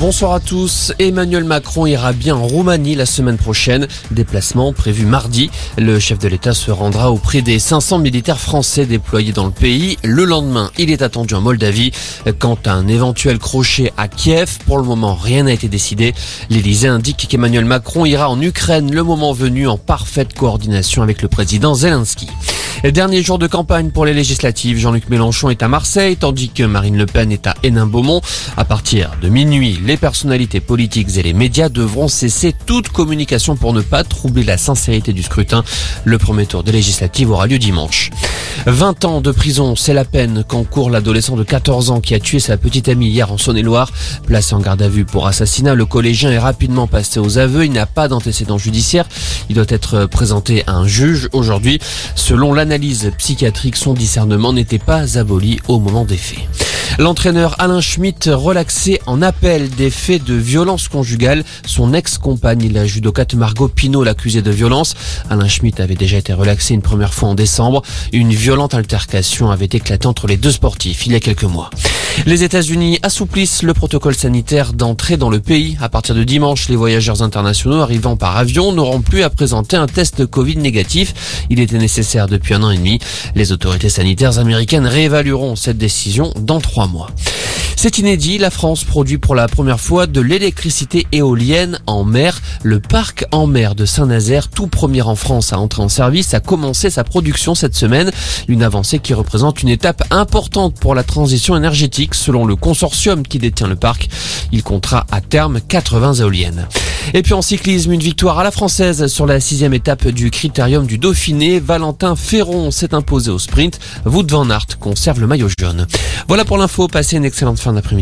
Bonsoir à tous. Emmanuel Macron ira bien en Roumanie la semaine prochaine. Déplacement prévu mardi. Le chef de l'État se rendra auprès des 500 militaires français déployés dans le pays. Le lendemain, il est attendu en Moldavie. Quant à un éventuel crochet à Kiev, pour le moment, rien n'a été décidé. L'Élysée indique qu'Emmanuel Macron ira en Ukraine le moment venu en parfaite coordination avec le président Zelensky. Dernier jour de campagne pour les législatives, Jean-Luc Mélenchon est à Marseille, tandis que Marine Le Pen est à Hénin-Beaumont. À partir de minuit, les personnalités politiques et les médias devront cesser toute communication pour ne pas troubler la sincérité du scrutin. Le premier tour des législatives aura lieu dimanche. 20 ans de prison, c'est la peine qu'encourt l'adolescent de 14 ans qui a tué sa petite amie hier en Saône-et-Loire. Placé en garde à vue pour assassinat, le collégien est rapidement passé aux aveux. Il n'a pas d'antécédent judiciaire. Il doit être présenté à un juge aujourd'hui. Selon l'analyse psychiatrique, son discernement n'était pas aboli au moment des faits. L'entraîneur Alain Schmitt relaxé en appel des faits de violence conjugale. Son ex-compagne, la judokate Margot Pinot, l'accusait de violence. Alain Schmitt avait déjà été relaxé une première fois en décembre. Une violente altercation avait éclaté entre les deux sportifs il y a quelques mois. Les États-Unis assouplissent le protocole sanitaire d'entrée dans le pays. À partir de dimanche, les voyageurs internationaux arrivant par avion n'auront plus à présenter un test Covid négatif. Il était nécessaire depuis 1 an et demi. Les autorités sanitaires américaines réévalueront cette décision dans 3 mois. C'est inédit, la France produit pour la première fois de l'électricité éolienne en mer. Le parc en mer de Saint-Nazaire, tout premier en France à entrer en service, a commencé sa production cette semaine. Une avancée qui représente une étape importante pour la transition énergétique selon le consortium qui détient le parc. Il comptera à terme 80 éoliennes. Et puis en cyclisme, une victoire à la française sur la 6e étape du Critérium du Dauphiné. Valentin Ferron s'est imposé au sprint. Wout van Aert conserve le maillot jaune. Voilà pour l'info, passez une excellente fin d'après-midi.